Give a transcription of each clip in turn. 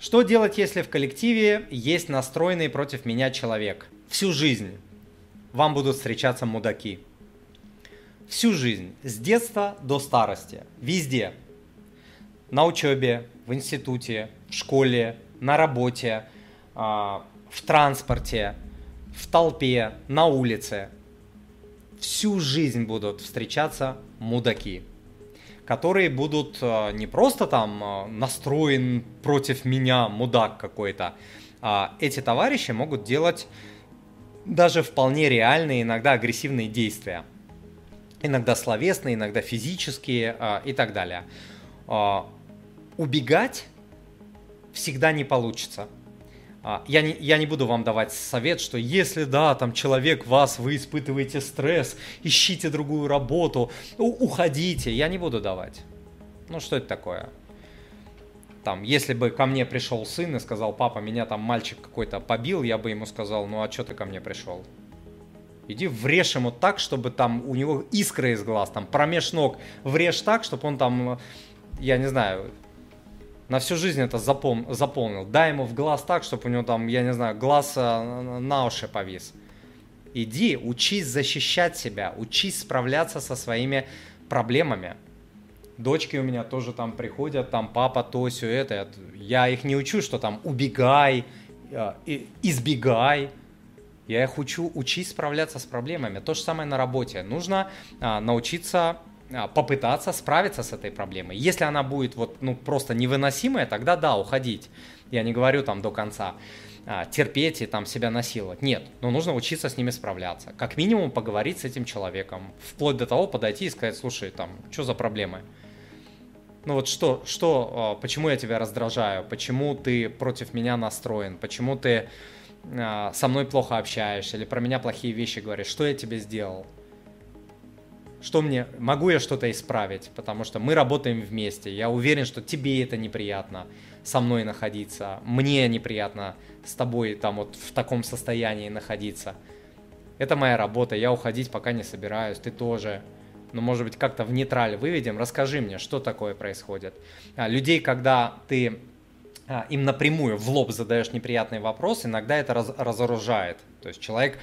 Что делать, если в коллективе есть настроенный против меня человек? Всю жизнь вам будут встречаться мудаки. Всю жизнь, с детства до старости, везде. На учебе, в институте, в школе, на работе, в транспорте, в толпе, на улице. Всю жизнь будут встречаться мудаки, которые будут не просто там настроен против меня мудак какой-то, а эти товарищи могут делать даже вполне реальные, иногда агрессивные действия. Иногда словесные, иногда физические и так далее. Убегать всегда не получится. Я не буду вам давать совет, что если да, там человек вас, вы испытываете стресс, ищите другую работу, уходите. Я не буду давать. Ну что это такое? Там, если бы ко мне пришел сын и сказал: папа, меня там мальчик какой-то побил, я бы ему сказал: ну а что ты ко мне пришел? Иди врежь ему так, чтобы там у него искры из глаз, там промеж ног врежь так, чтобы он там, я не знаю, на всю жизнь это заполнил. Дай ему в глаз так, чтобы у него там, я не знаю, глаз на уши повис. Иди, учись защищать себя, учись справляться со своими проблемами. Дочки у меня тоже там приходят, там папа то, сё, это. Я их не учу, что там убегай, избегай. Я их учу, учись справляться с проблемами. То же самое на работе. Нужно научиться попытаться справиться с этой проблемой. Если она будет вот, ну, просто невыносимая, тогда да, уходить. Я не говорю там до конца терпеть и там себя насиловать. Нет, но нужно учиться с ними справляться. Как минимум поговорить с этим человеком. Вплоть до того подойти и сказать: слушай, там, что за проблемы? Ну вот почему я тебя раздражаю? Почему ты против меня настроен? Почему ты со мной плохо общаешься или про меня плохие вещи говоришь? Что я тебе сделал? Могу я что-то исправить? Потому что мы работаем вместе. Я уверен, что тебе это неприятно со мной находиться. Мне неприятно с тобой там вот в таком состоянии находиться. Это моя работа, я уходить пока не собираюсь, ты тоже. Но, может быть, как-то в нейтраль выведем. Расскажи мне, что такое происходит. Людей, когда ты им напрямую в лоб задаешь неприятный вопрос, иногда это разоружает. То есть человек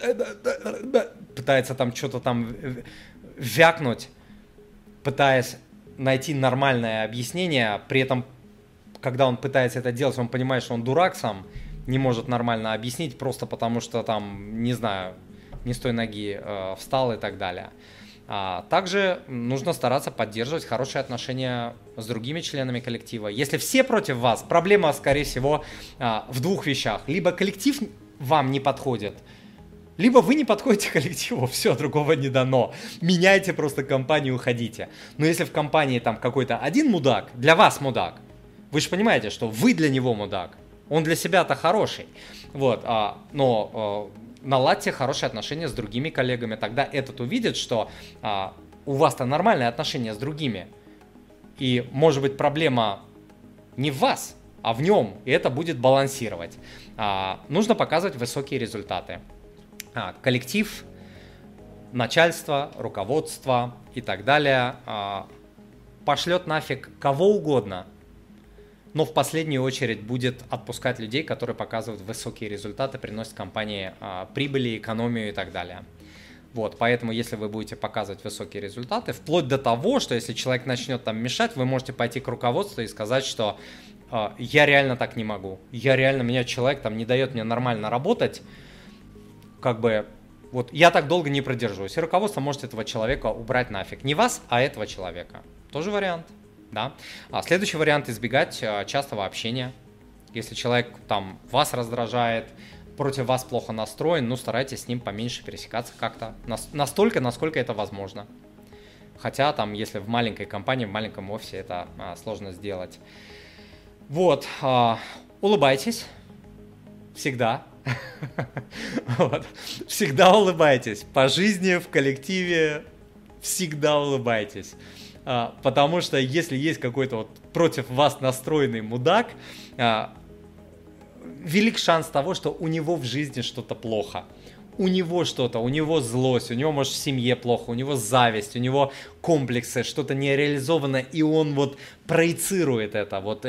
пытается там что-то там вякнуть, пытаясь найти нормальное объяснение, при этом, когда он пытается это делать, он понимает, что он дурак сам, не может нормально объяснить, просто потому что там, не знаю, не с той ноги встал и так далее. Также нужно стараться поддерживать хорошие отношения с другими членами коллектива. Если все против вас, проблема, скорее всего, в двух вещах. Либо коллектив вам не подходит, либо вы не подходите к коллективу, все, другого не дано. Меняйте просто компанию, уходите. Но если в компании там какой-то один мудак, для вас мудак, вы же понимаете, что вы для него мудак. Он для себя-то хороший. Вот, но наладьте хорошие отношения с другими коллегами. Тогда этот увидит, что у вас-то нормальные отношения с другими. И может быть проблема не в вас, а в нем. И это будет балансировать. Нужно показывать высокие результаты. Коллектив, начальство, руководство и так далее пошлет нафиг кого угодно, но в последнюю очередь будет отпускать людей, которые показывают высокие результаты, приносят компании прибыли, экономию и так далее. Вот, поэтому если вы будете показывать высокие результаты, вплоть до того, что если человек начнет там мешать, вы можете пойти к руководству и сказать, что я реально так не могу, меня человек там не дает мне нормально работать, как бы, вот, я так долго не продержусь. И руководство может этого человека убрать нафиг. Не вас, а этого человека. Тоже вариант, да. Следующий вариант — избегать частого общения. Если человек там вас раздражает, против вас плохо настроен, ну, старайтесь с ним поменьше пересекаться как-то. Настолько, насколько это возможно. Хотя там, если в маленькой компании, в маленьком офисе, это сложно сделать. Вот, улыбайтесь. Всегда. Вот. Всегда улыбайтесь. По жизни, в коллективе всегда улыбайтесь. Потому что если есть какой-то вот против вас настроенный мудак, велик шанс того, что у него в жизни что-то плохо. у него что-то, у него злость, у него, может, в семье плохо, у него зависть, у него комплексы, что-то нереализовано, и он вот проецирует это вот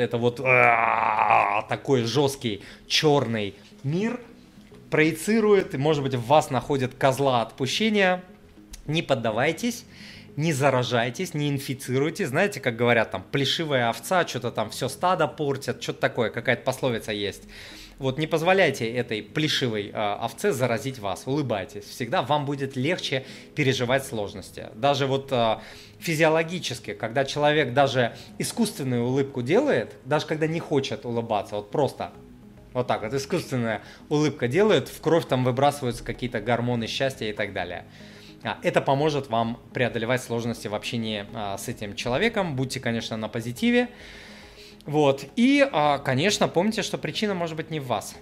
такой жесткий черный мир, проецирует, и, может быть, в вас находит козла отпущения. Не поддавайтесь, не заражайтесь, не инфицируйтесь. Знаете, как говорят, там, плешивая овца, что-то там все стадо портят, что-то такое, какая-то пословица есть. Вот не позволяйте этой плешивой овце заразить вас, улыбайтесь. Всегда вам будет легче переживать сложности. Даже вот физиологически, когда человек даже искусственную улыбку делает, даже когда не хочет улыбаться, вот просто вот так вот искусственная улыбка делает, в кровь там выбрасываются какие-то гормоны счастья и так далее. Это поможет вам преодолевать сложности в общении с этим человеком. Будьте, конечно, на позитиве. Вот. И, конечно, помните, что причина может быть не в вас.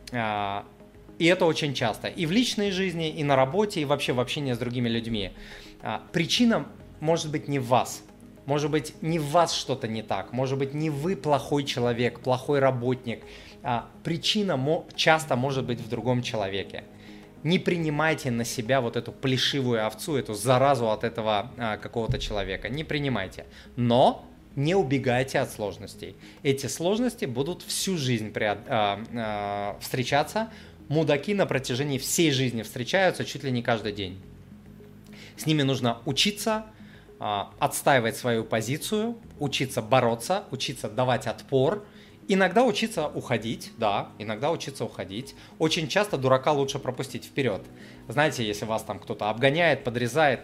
И это очень часто. И в личной жизни, и на работе, и вообще в общении с другими людьми. Причина может быть не в вас. Может быть, не в вас что-то не так. Может быть, не вы плохой человек, плохой работник. Причина часто может быть в другом человеке. Не принимайте на себя вот эту плешивую овцу, эту заразу от этого какого-то человека. Не принимайте. Но не убегайте от сложностей. Эти сложности будут всю жизнь встречаться. Мудаки на протяжении всей жизни встречаются чуть ли не каждый день. С ними нужно учиться, отстаивать свою позицию, учиться бороться, учиться давать отпор. Иногда учиться уходить, да, иногда учиться уходить. Очень часто дурака лучше пропустить вперед. Знаете, если вас там кто-то обгоняет, подрезает,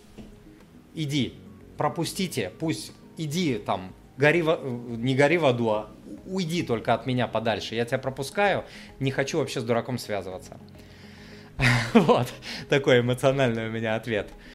иди, пропустите, пусть иди там, не гори в аду, а уйди только от меня подальше. Я тебя пропускаю, не хочу вообще с дураком связываться. Вот, такой эмоциональный у меня ответ.